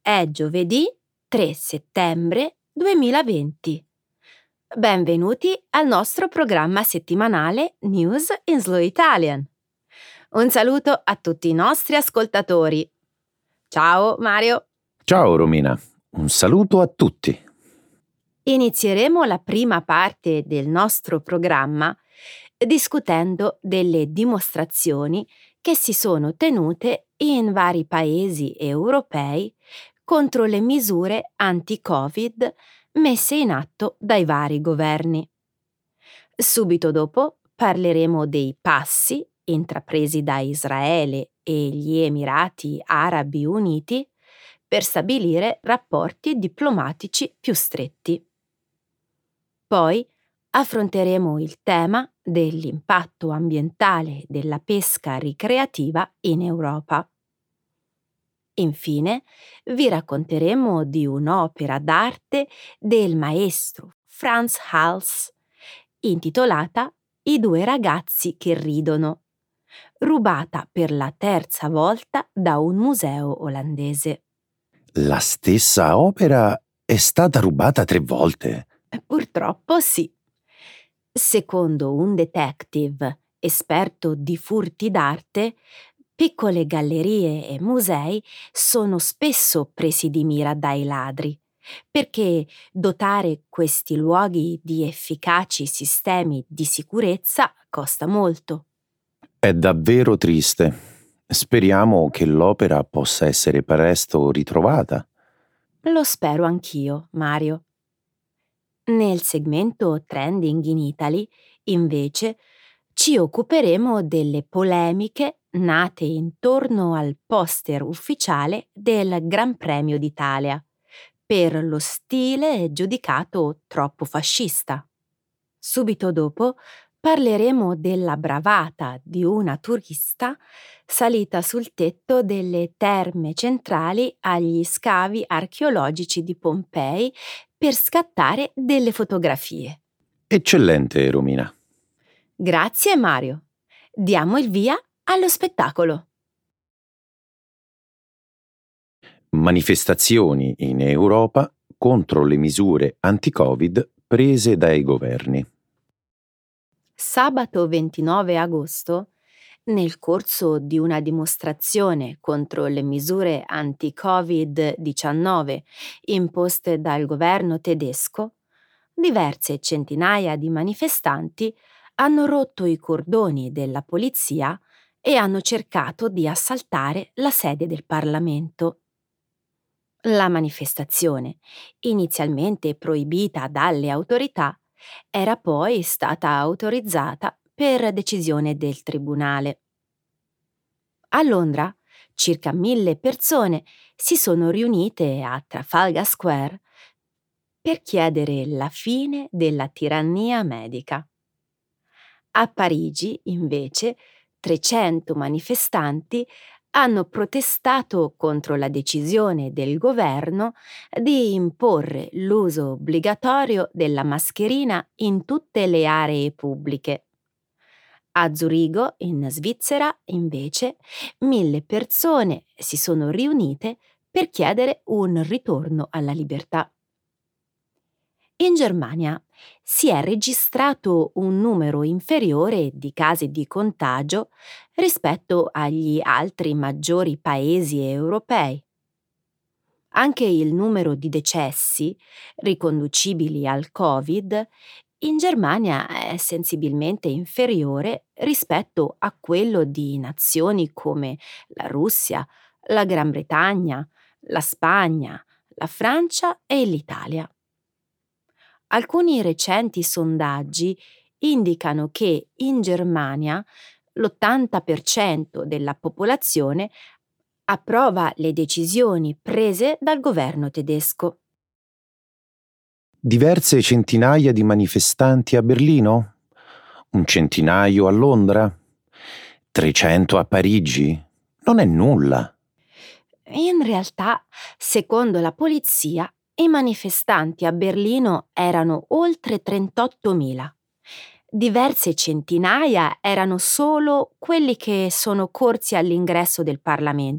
È giovedì 3 settembre 2020. Benvenuti al nostro programma settimanale News in Slow Italian. Un saluto a tutti i nostri ascoltatori. Ciao Mario. Ciao Romina, un saluto a tutti. Inizieremo la prima parte del nostro programma discutendo delle dimostrazioni che si sono tenute in vari paesi europei contro le misure anti-Covid messe in atto dai vari governi. Subito dopo parleremo dei passi intrapresi da Israele e gli Emirati Arabi Uniti per stabilire rapporti diplomatici più stretti. Poi affronteremo il tema dell'impatto ambientale della pesca ricreativa in Europa. Infine, vi racconteremo di un'opera d'arte del maestro Frans Hals, intitolata I due ragazzi che ridono, rubata per la terza volta da un museo olandese. La stessa opera è stata rubata 3 volte. Purtroppo sì. Secondo un detective esperto di furti d'arte, piccole gallerie e musei sono spesso presi di mira dai ladri, perché dotare questi luoghi di efficaci sistemi di sicurezza costa molto. È davvero triste. Speriamo che l'opera possa essere presto ritrovata. Lo spero anch'io, Mario. Nel segmento Trending in Italy, invece, ci occuperemo delle polemiche nate intorno al poster ufficiale del Gran Premio d'Italia, per lo stile giudicato troppo fascista. Subito dopo parleremo della bravata di una turista salita sul tetto delle terme centrali agli scavi archeologici di Pompei per scattare delle fotografie. Eccellente, Romina. Grazie Mario. Diamo il via allo spettacolo. Manifestazioni in Europa contro le misure anti-Covid prese dai governi. Sabato 29 agosto, nel corso di una dimostrazione contro le misure anti-Covid-19 imposte dal governo tedesco, diverse centinaia di manifestanti hanno rotto i cordoni della polizia e hanno cercato di assaltare la sede del Parlamento. La manifestazione, inizialmente proibita dalle autorità, era poi stata autorizzata per decisione del tribunale. A Londra, circa 1.000 persone si sono riunite a Trafalgar Square per chiedere la fine della tirannia medica. A Parigi, invece, 300 manifestanti hanno protestato contro la decisione del governo di imporre l'uso obbligatorio della mascherina in tutte le aree pubbliche. A Zurigo, in Svizzera, invece, 1.000 persone si sono riunite per chiedere un ritorno alla libertà. In Germania si è registrato un numero inferiore di casi di contagio rispetto agli altri maggiori paesi europei. Anche il numero di decessi riconducibili al Covid in Germania è sensibilmente inferiore rispetto a quello di nazioni come la Russia, la Gran Bretagna, la Spagna, la Francia e l'Italia. Alcuni recenti sondaggi indicano che in Germania l'80% della popolazione approva le decisioni prese dal governo tedesco. Diverse centinaia di manifestanti a Berlino? Un centinaio a Londra? 300 a Parigi? Non è nulla. In realtà, secondo la polizia, i manifestanti a Berlino erano oltre 38.000. Diverse centinaia erano solo quelli che sono corsi all'ingresso del Parlamento.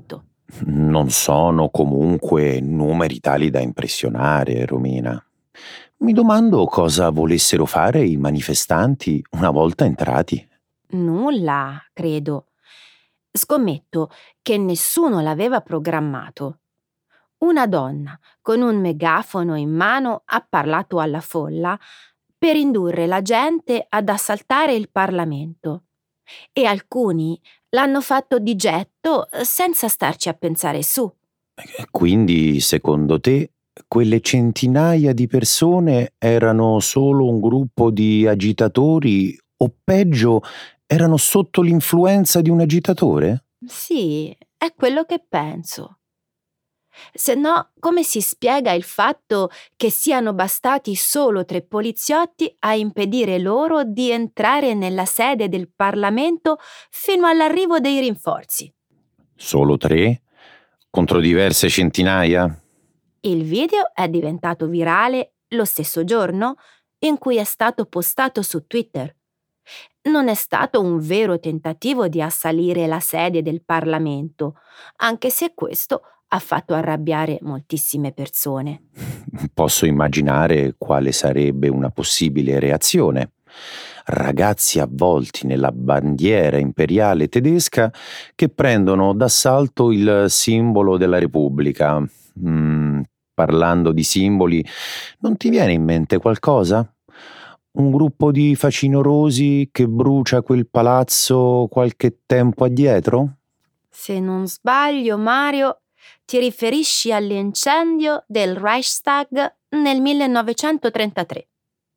Non sono comunque numeri tali da impressionare, Romina. Mi domando cosa volessero fare i manifestanti una volta entrati. Nulla, credo. Scommetto che nessuno l'aveva programmato. Una donna con un megafono in mano ha parlato alla folla per indurre la gente ad assaltare il Parlamento e alcuni l'hanno fatto di getto senza starci a pensare su. Quindi, secondo te, quelle centinaia di persone erano solo un gruppo di agitatori o peggio, erano sotto l'influenza di un agitatore? Sì, è quello che penso. Se no, come si spiega il fatto che siano bastati solo 3 poliziotti a impedire loro di entrare nella sede del Parlamento fino all'arrivo dei rinforzi? Solo 3? Contro diverse centinaia? Il video è diventato virale lo stesso giorno in cui è stato postato su Twitter. Non è stato un vero tentativo di assalire la sede del Parlamento, anche se questo ha fatto arrabbiare moltissime persone. Posso immaginare quale sarebbe una possibile reazione. Ragazzi avvolti nella bandiera imperiale tedesca che prendono d'assalto il simbolo della Repubblica. Parlando di simboli, non ti viene in mente qualcosa? Un gruppo di facinorosi che brucia quel palazzo qualche tempo addietro? Se non sbaglio, Mario, ti riferisci all'incendio del Reichstag nel 1933.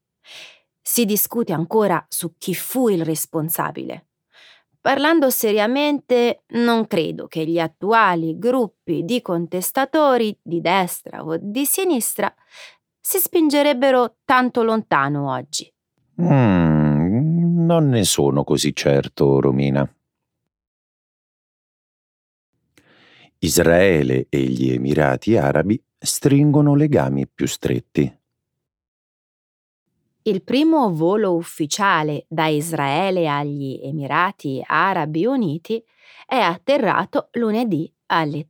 Si discute ancora su chi fu il responsabile. Parlando seriamente, non credo che gli attuali gruppi di contestatori di destra o di sinistra si spingerebbero tanto lontano oggi. Non ne sono così certo, Romina. Israele e gli Emirati Arabi stringono legami più stretti. Il primo volo ufficiale da Israele agli Emirati Arabi Uniti è atterrato lunedì alle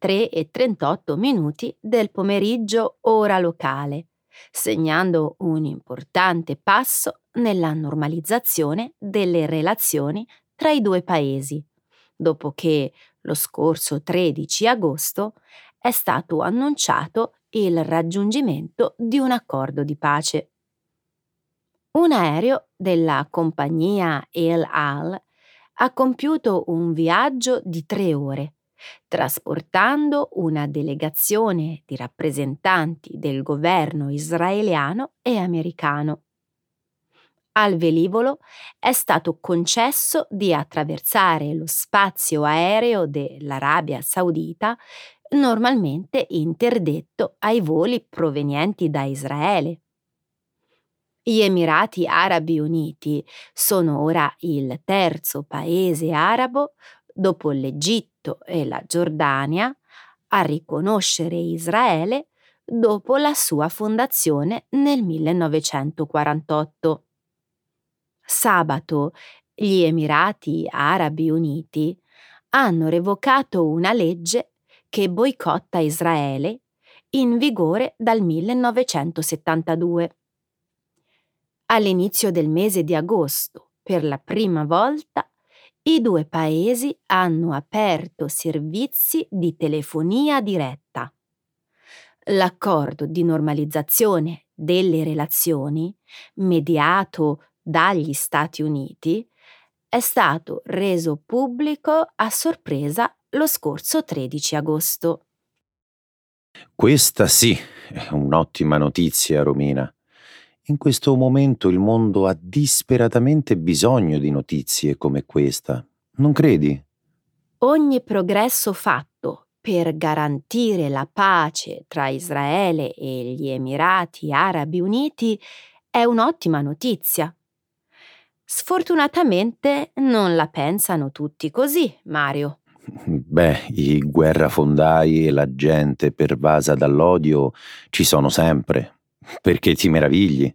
3:38 del pomeriggio ora locale, segnando un importante passo nella normalizzazione delle relazioni tra i due paesi, dopo che lo scorso 13 agosto è stato annunciato il raggiungimento di un accordo di pace. Un aereo della compagnia El Al ha compiuto un viaggio di 3 ore, trasportando una delegazione di rappresentanti del governo israeliano e americano. Al velivolo è stato concesso di attraversare lo spazio aereo dell'Arabia Saudita, normalmente interdetto ai voli provenienti da Israele. Gli Emirati Arabi Uniti sono ora il terzo paese arabo, dopo l'Egitto e la Giordania, a riconoscere Israele dopo la sua fondazione nel 1948. Sabato gli Emirati Arabi Uniti hanno revocato una legge che boicotta Israele, in vigore dal 1972. All'inizio del mese di agosto, per la prima volta, i due paesi hanno aperto servizi di telefonia diretta. L'accordo di normalizzazione delle relazioni, mediato dagli Stati Uniti, è stato reso pubblico a sorpresa lo scorso 13 agosto. Questa sì, è un'ottima notizia, Romina. In questo momento il mondo ha disperatamente bisogno di notizie come questa. Non credi? Ogni progresso fatto per garantire la pace tra Israele e gli Emirati Arabi Uniti è un'ottima notizia. Sfortunatamente non la pensano tutti così, Mario. Beh, i guerrafondai e la gente pervasa dall'odio ci sono sempre. Perché ti meravigli?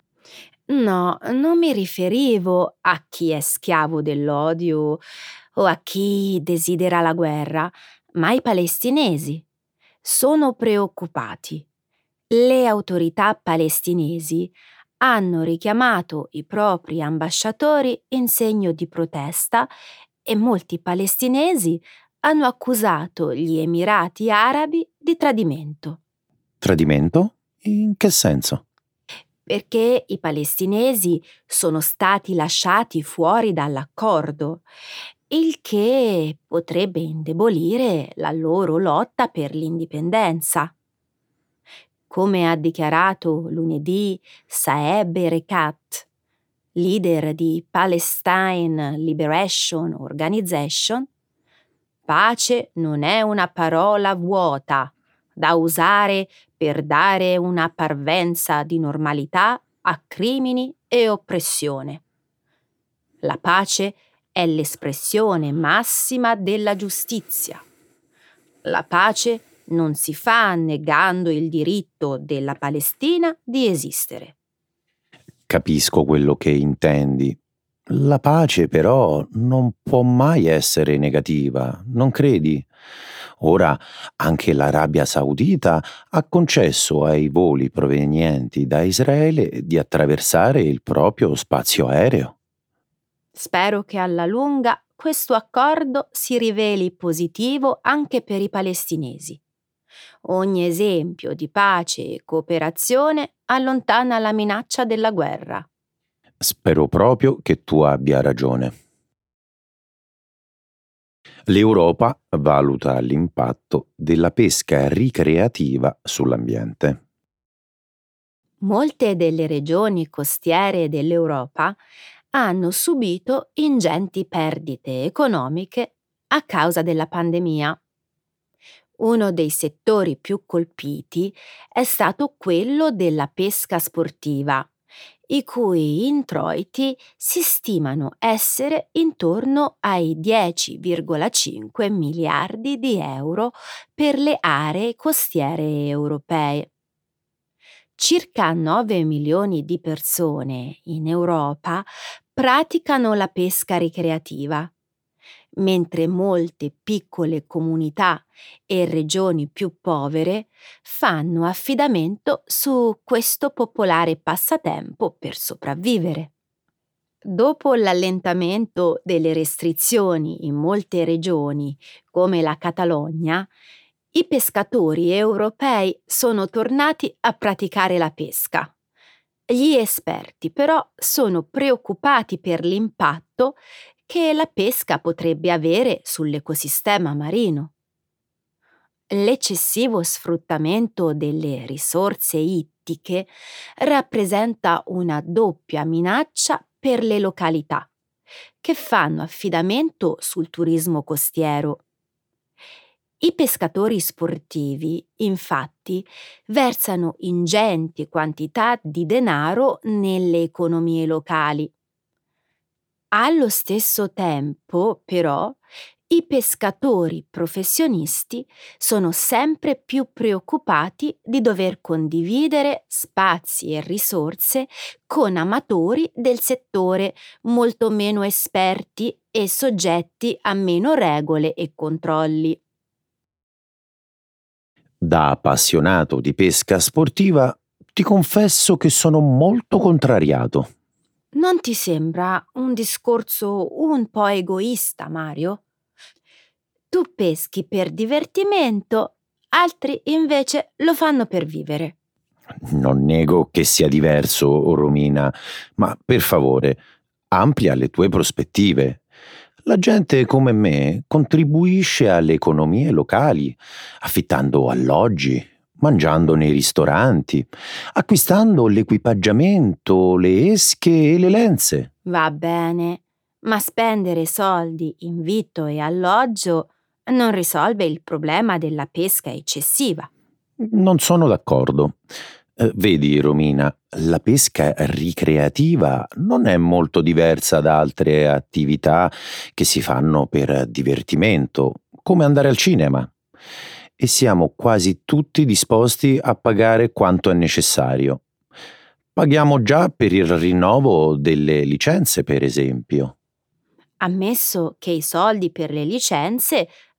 No, non mi riferivo a chi è schiavo dell'odio o a chi desidera la guerra, Ma i palestinesi sono preoccupati. Le autorità palestinesi hanno richiamato i propri ambasciatori in segno di protesta e molti palestinesi hanno accusato gli Emirati Arabi di tradimento. Tradimento? In che senso? Perché i palestinesi sono stati lasciati fuori dall'accordo, il che potrebbe indebolire la loro lotta per l'indipendenza. Come ha dichiarato lunedì Saeb Erekat, leader di Palestine Liberation Organization, pace non è una parola vuota da usare per dare una parvenza di normalità a crimini e oppressione. La pace è l'espressione massima della giustizia. La pace non si fa negando il diritto della Palestina di esistere. Capisco quello che intendi. La pace però non può mai essere negativa, non credi? Ora anche l'Arabia Saudita ha concesso ai voli provenienti da Israele di attraversare il proprio spazio aereo. Spero che alla lunga questo accordo si riveli positivo anche per i palestinesi. Ogni esempio di pace e cooperazione allontana la minaccia della guerra. Spero proprio che tu abbia ragione. L'Europa valuta l'impatto della pesca ricreativa sull'ambiente. Molte delle regioni costiere dell'Europa hanno subito ingenti perdite economiche a causa della pandemia. Uno dei settori più colpiti è stato quello della pesca sportiva, i cui introiti si stimano essere intorno ai 10,5 miliardi di euro per le aree costiere europee. Circa 9 milioni di persone in Europa praticano la pesca ricreativa, mentre molte piccole comunità e regioni più povere fanno affidamento su questo popolare passatempo per sopravvivere. Dopo l'allentamento delle restrizioni in molte regioni, come la Catalogna, i pescatori europei sono tornati a praticare la pesca. Gli esperti però sono preoccupati per l'impatto che la pesca potrebbe avere sull'ecosistema marino. L'eccessivo sfruttamento delle risorse ittiche rappresenta una doppia minaccia per le località, che fanno affidamento sul turismo costiero. I pescatori sportivi, infatti, versano ingenti quantità di denaro nelle economie locali. Allo stesso tempo, però, i pescatori professionisti sono sempre più preoccupati di dover condividere spazi e risorse con amatori del settore molto meno esperti e soggetti a meno regole e controlli. Da appassionato di pesca sportiva, ti confesso che sono molto contrariato. Non ti sembra un discorso un po' egoista, Mario? Tu peschi per divertimento, altri invece lo fanno per vivere. Non nego che sia diverso, Romina, ma per favore, amplia le tue prospettive. La gente come me contribuisce alle economie locali, affittando alloggi, mangiando nei ristoranti, acquistando l'equipaggiamento, le esche e le lenze. Va bene, ma spendere soldi in vitto e alloggio non risolve il problema della pesca eccessiva. Non sono d'accordo. Vedi, Romina, la pesca ricreativa non è molto diversa da altre attività che si fanno per divertimento, come andare al cinema. E siamo quasi tutti disposti a pagare quanto è necessario. Paghiamo già per il rinnovo delle licenze, per esempio. Ammesso che i soldi per le licenze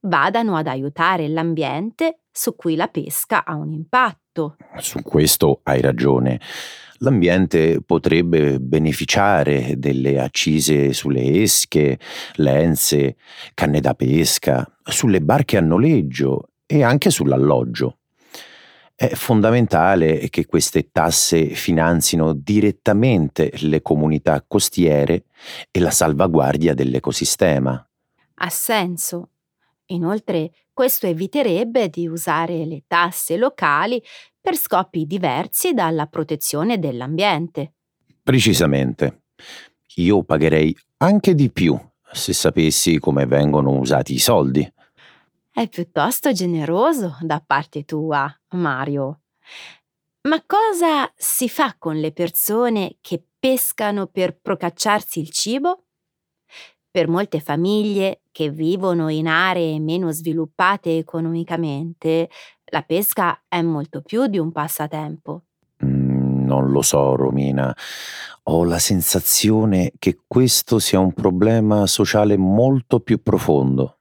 vadano ad aiutare l'ambiente su cui la pesca ha un impatto. Su questo hai ragione. L'ambiente potrebbe beneficiare delle accise sulle esche, lenze, canne da pesca, sulle barche a noleggio e anche sull'alloggio. È fondamentale che queste tasse finanzino direttamente le comunità costiere e la salvaguardia dell'ecosistema. Ha senso. Inoltre, questo eviterebbe di usare le tasse locali per scopi diversi dalla protezione dell'ambiente. Precisamente. Io pagherei anche di più se sapessi come vengono usati i soldi. È piuttosto generoso da parte tua, Mario. Ma cosa si fa con le persone che pescano per procacciarsi il cibo? Per molte famiglie che vivono in aree meno sviluppate economicamente, la pesca è molto più di un passatempo. Non lo so, Romina. Ho la sensazione che questo sia un problema sociale molto più profondo.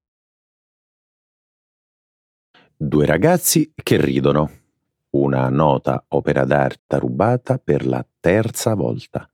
Due ragazzi che ridono. Una nota opera d'arte rubata per la terza volta.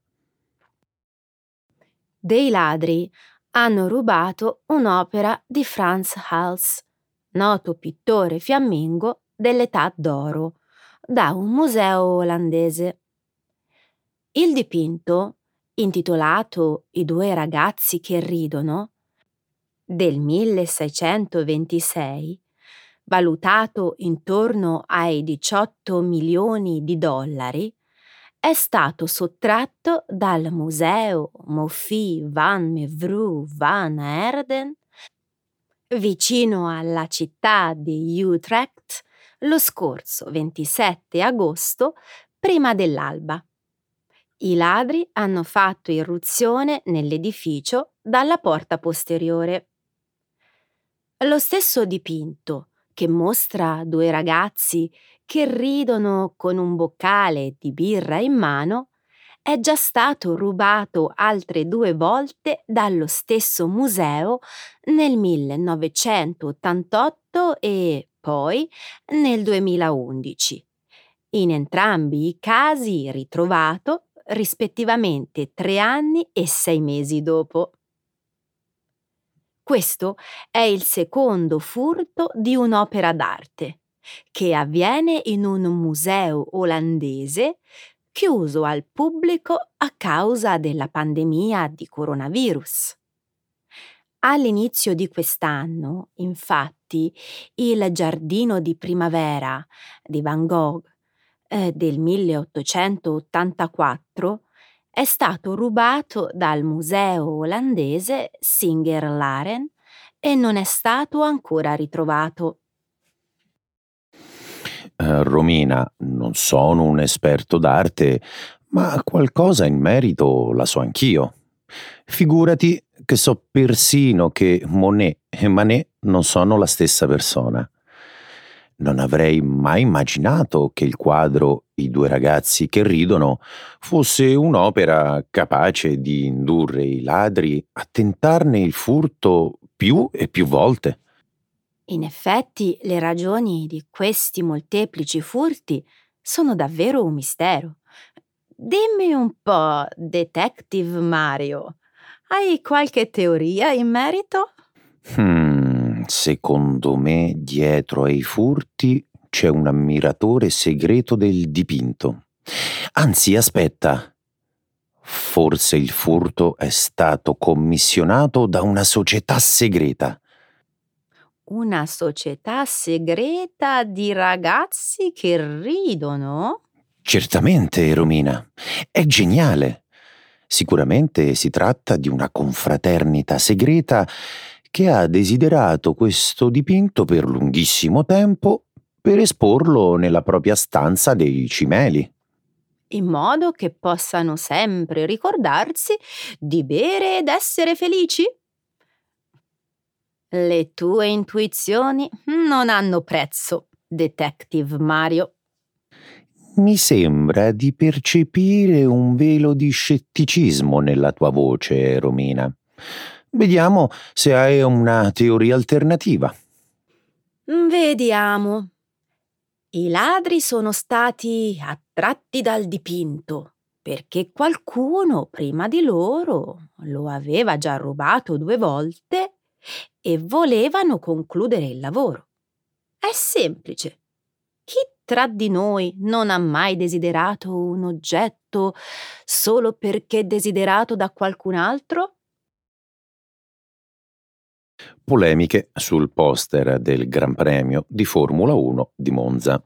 Dei ladri hanno rubato un'opera di Frans Hals, noto pittore fiammingo dell'età d'oro, da un museo olandese. Il dipinto, intitolato I due ragazzi che ridono, del 1626, valutato intorno ai 18 milioni di dollari, è stato sottratto dal Museo Moffie van Mevrouw van Heerden vicino alla città di Utrecht lo scorso 27 agosto prima dell'alba. I ladri hanno fatto irruzione nell'edificio dalla porta posteriore. Lo stesso dipinto, che mostra due ragazzi che ridono con un boccale di birra in mano, è già stato rubato altre 2 volte dallo stesso museo nel 1988 e poi nel 2011. In entrambi i casi ritrovato rispettivamente 3 anni e 6 mesi dopo. Questo è il secondo furto di un'opera d'arte, che avviene in un museo olandese chiuso al pubblico a causa della pandemia di coronavirus. All'inizio di quest'anno, infatti, il Giardino di primavera di Van Gogh del 1884 è stato rubato dal museo olandese Singer-Laren e non è stato ancora ritrovato. Romina, non sono un esperto d'arte, ma qualcosa in merito la so anch'io. Figurati che so persino che Monet e Manet non sono la stessa persona. Non avrei mai immaginato che il quadro I due ragazzi che ridono fosse un'opera capace di indurre i ladri a tentarne il furto più e più volte. In effetti, le ragioni di questi molteplici furti sono davvero un mistero. Dimmi un po', Detective Mario, hai qualche teoria in merito? Secondo me dietro ai furti c'è un ammiratore segreto del dipinto. Anzi, aspetta, forse il furto è stato commissionato da una società segreta. Una società segreta di ragazzi che ridono? Certamente, Romina, è geniale. Sicuramente si tratta di una confraternita segreta che ha desiderato questo dipinto per lunghissimo tempo per esporlo nella propria stanza dei cimeli. In modo che possano sempre ricordarsi di bere ed essere felici? Le tue intuizioni non hanno prezzo, Detective Mario. Mi sembra di percepire un velo di scetticismo nella tua voce, Romina. Vediamo se hai una teoria alternativa. Vediamo. I ladri sono stati attratti dal dipinto perché qualcuno prima di loro lo aveva già rubato 2 volte e volevano concludere il lavoro. È semplice. Chi tra di noi non ha mai desiderato un oggetto solo perché desiderato da qualcun altro? Polemiche sul poster del Gran Premio di Formula 1 di Monza.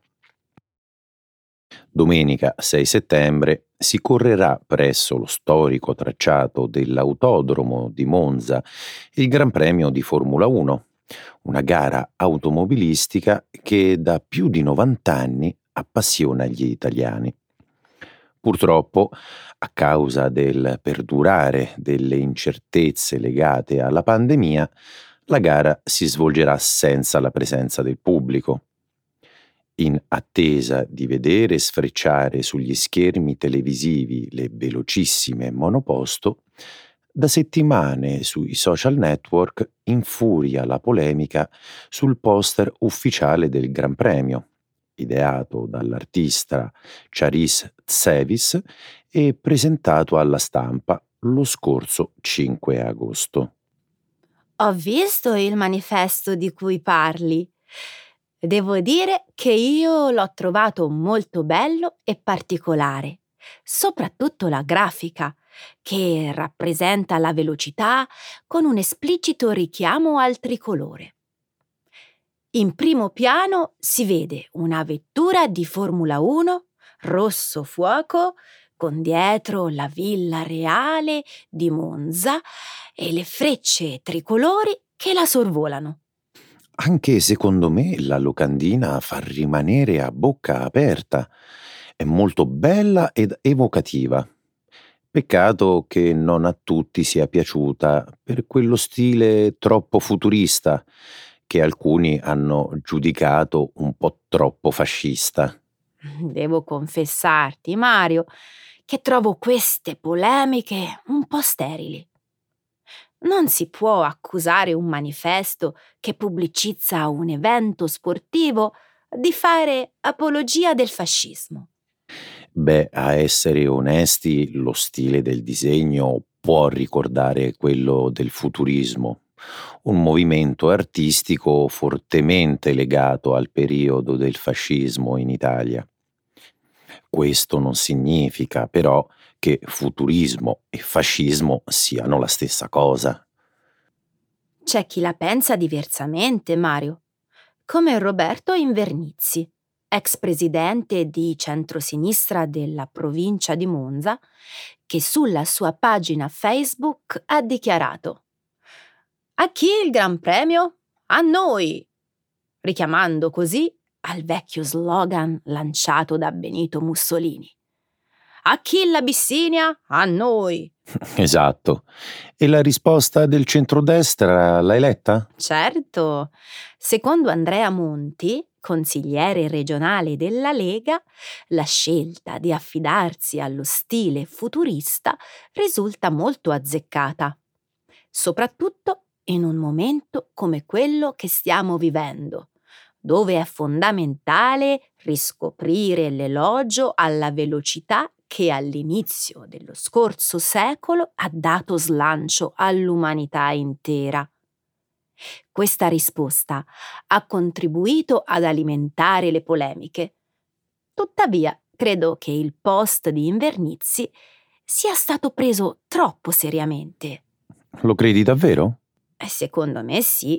Domenica 6 settembre si correrà presso lo storico tracciato dell'Autodromo di Monza il Gran Premio di Formula 1, una gara automobilistica che da più di 90 anni appassiona gli italiani. Purtroppo, a causa del perdurare delle incertezze legate alla pandemia, la gara si svolgerà senza la presenza del pubblico. In attesa di vedere sfrecciare sugli schermi televisivi le velocissime monoposto, da settimane sui social network infuria la polemica sul poster ufficiale del Gran Premio, ideato dall'artista Charis Tsevis e presentato alla stampa lo scorso 5 agosto. Ho visto il manifesto di cui parli. Devo dire che io l'ho trovato molto bello e particolare, soprattutto la grafica, che rappresenta la velocità con un esplicito richiamo al tricolore. In primo piano si vede una vettura di Formula 1 rosso fuoco con dietro la villa reale di Monza e le frecce tricolori che la sorvolano. Anche secondo me la locandina fa rimanere a bocca aperta. È molto bella ed evocativa. Peccato che non a tutti sia piaciuta per quello stile troppo futurista che alcuni hanno giudicato un po' troppo fascista. Devo confessarti, Mario, che trovo queste polemiche un po' sterili. Non si può accusare un manifesto che pubblicizza un evento sportivo di fare apologia del fascismo. Beh, a essere onesti, lo stile del disegno può ricordare quello del futurismo, un movimento artistico fortemente legato al periodo del fascismo in Italia. Questo non significa però che futurismo e fascismo siano la stessa cosa. C'è chi la pensa diversamente, Mario, come Roberto Invernizzi, ex presidente di centrosinistra della provincia di Monza, che sulla sua pagina Facebook ha dichiarato: "A chi il Gran Premio? A noi!", richiamando così al vecchio slogan lanciato da Benito Mussolini. A chi l'Abissinia? A noi! Esatto. E la risposta del centrodestra l'hai letta? Certo, secondo Andrea Monti, consigliere regionale della Lega, la scelta di affidarsi allo stile futurista risulta molto azzeccata, soprattutto in un momento come quello che stiamo vivendo, dove è fondamentale riscoprire l'elogio alla velocità che all'inizio dello scorso secolo ha dato slancio all'umanità intera. Questa risposta ha contribuito ad alimentare le polemiche. Tuttavia, credo che il post di Invernizzi sia stato preso troppo seriamente. Lo credi davvero? E secondo me sì.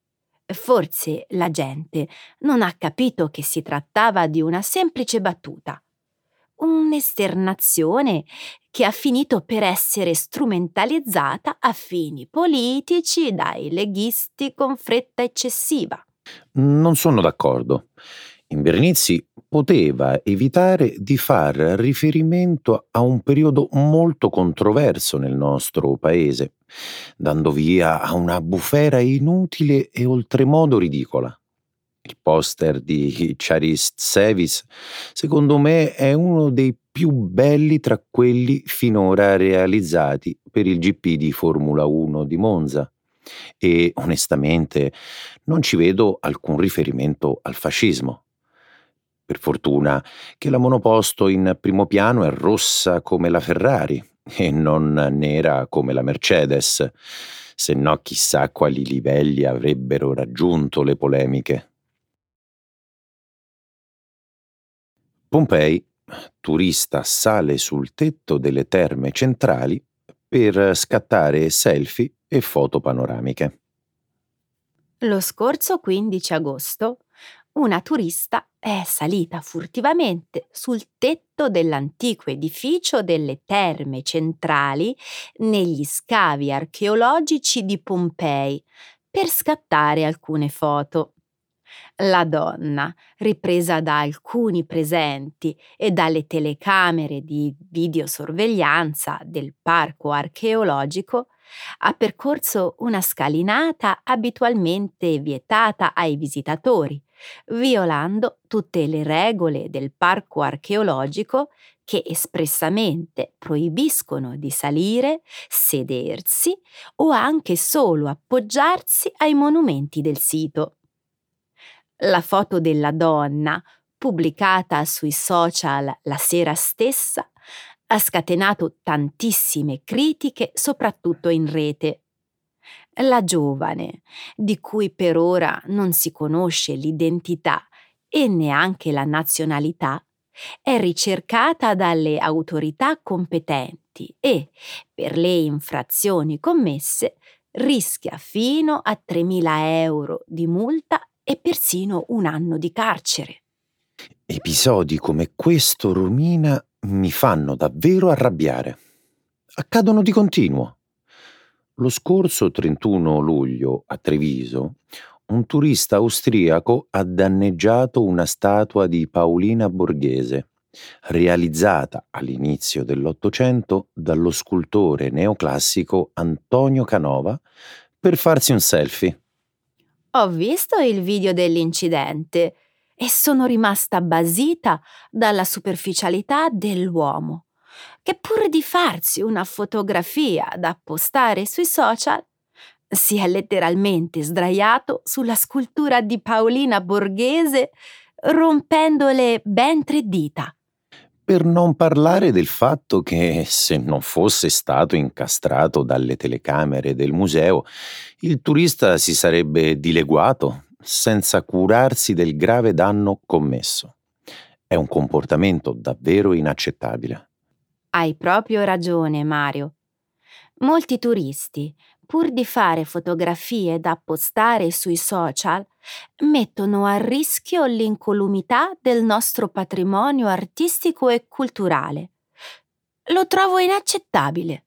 Forse la gente non ha capito che si trattava di una semplice battuta, un'esternazione che ha finito per essere strumentalizzata a fini politici dai leghisti con fretta eccessiva. Non sono d'accordo. Invernizzi poteva evitare di far riferimento a un periodo molto controverso nel nostro paese, dando via a una bufera inutile e oltremodo ridicola. Il poster di Charis Sevis, secondo me, è uno dei più belli tra quelli finora realizzati per il GP di Formula 1 di Monza e onestamente non ci vedo alcun riferimento al fascismo. Per fortuna che la monoposto in primo piano è rossa come la Ferrari e non nera come la Mercedes, se no chissà quali livelli avrebbero raggiunto le polemiche. Pompei, turista sale sul tetto delle terme centrali per scattare selfie e foto panoramiche. Lo scorso 15 agosto una turista è salita furtivamente sul tetto dell'antico edificio delle Terme Centrali negli scavi archeologici di Pompei per scattare alcune foto. La donna, ripresa da alcuni presenti e dalle telecamere di videosorveglianza del parco archeologico, ha percorso una scalinata abitualmente vietata ai visitatori, violando tutte le regole del parco archeologico che espressamente proibiscono di salire, sedersi o anche solo appoggiarsi ai monumenti del sito. La foto della donna, pubblicata sui social la sera stessa, ha scatenato tantissime critiche, soprattutto in rete. La giovane, di cui per ora non si conosce l'identità e neanche la nazionalità, è ricercata dalle autorità competenti e, per le infrazioni commesse, rischia fino a 3.000 euro di multa e persino un anno di carcere. Episodi come questo, Romina, mi fanno davvero arrabbiare. Accadono di continuo. Lo scorso 31 luglio a Treviso, un turista austriaco ha danneggiato una statua di Paolina Borghese, realizzata all'inizio dell'Ottocento dallo scultore neoclassico Antonio Canova per farsi un selfie. Ho visto il video dell'incidente e sono rimasta basita dalla superficialità dell'uomo, che pur di farsi una fotografia da postare sui social, si è letteralmente sdraiato sulla scultura di Paolina Borghese, rompendole ben 3 dita. Per non parlare del fatto che, se non fosse stato incastrato dalle telecamere del museo, il turista si sarebbe dileguato senza curarsi del grave danno commesso. È un comportamento davvero inaccettabile. Hai proprio ragione, Mario. Molti turisti, pur di fare fotografie da postare sui social, mettono a rischio l'incolumità del nostro patrimonio artistico e culturale. Lo trovo inaccettabile.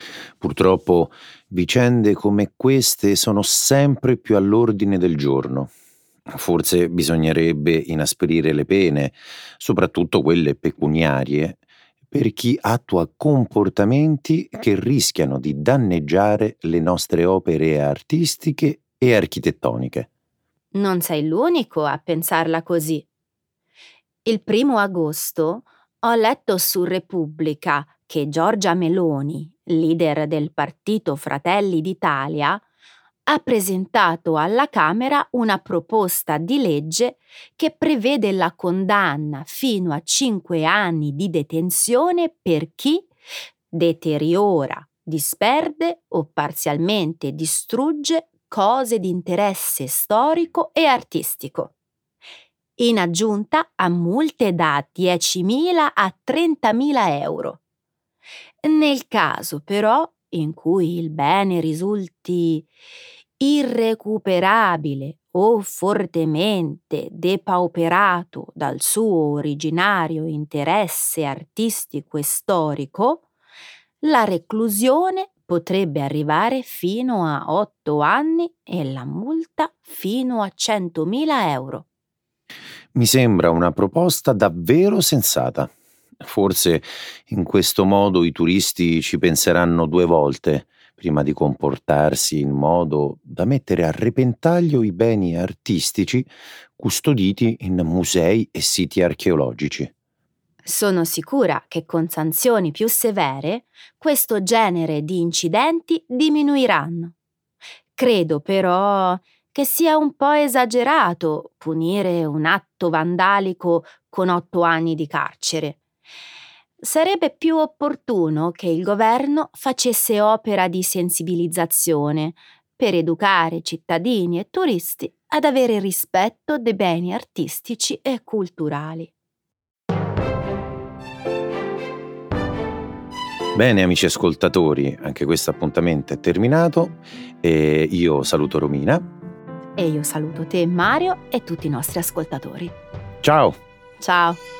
Purtroppo vicende come queste sono sempre più all'ordine del giorno. Forse bisognerebbe inasprire le pene, soprattutto quelle pecuniarie, per chi attua comportamenti che rischiano di danneggiare le nostre opere artistiche e architettoniche. Non sei l'unico a pensarla così. Il 1° agosto ho letto su Repubblica che Giorgia Meloni, leader del partito Fratelli d'Italia, ha presentato alla Camera una proposta di legge che prevede la condanna fino a 5 anni di detenzione per chi deteriora, disperde o parzialmente distrugge cose di interesse storico e artistico, in aggiunta a multe da 10.000 a 30.000 euro. Nel caso, però, in cui il bene risulti irrecuperabile o fortemente depauperato dal suo originario interesse artistico e storico, la reclusione potrebbe arrivare fino a 8 anni e la multa fino a 100.000 euro. Mi sembra una proposta davvero sensata. Forse in questo modo i turisti ci penseranno 2 volte prima di comportarsi in modo da mettere a repentaglio i beni artistici custoditi in musei e siti archeologici. Sono sicura che con sanzioni più severe questo genere di incidenti diminuiranno. Credo però che sia un po' esagerato punire un atto vandalico con 8 anni di carcere. Sarebbe più opportuno che il governo facesse opera di sensibilizzazione per educare cittadini e turisti ad avere rispetto dei beni artistici e culturali. Bene, amici ascoltatori, anche questo appuntamento è terminato e io saluto Romina. E io saluto te, Mario, e tutti i nostri ascoltatori. Ciao! Ciao!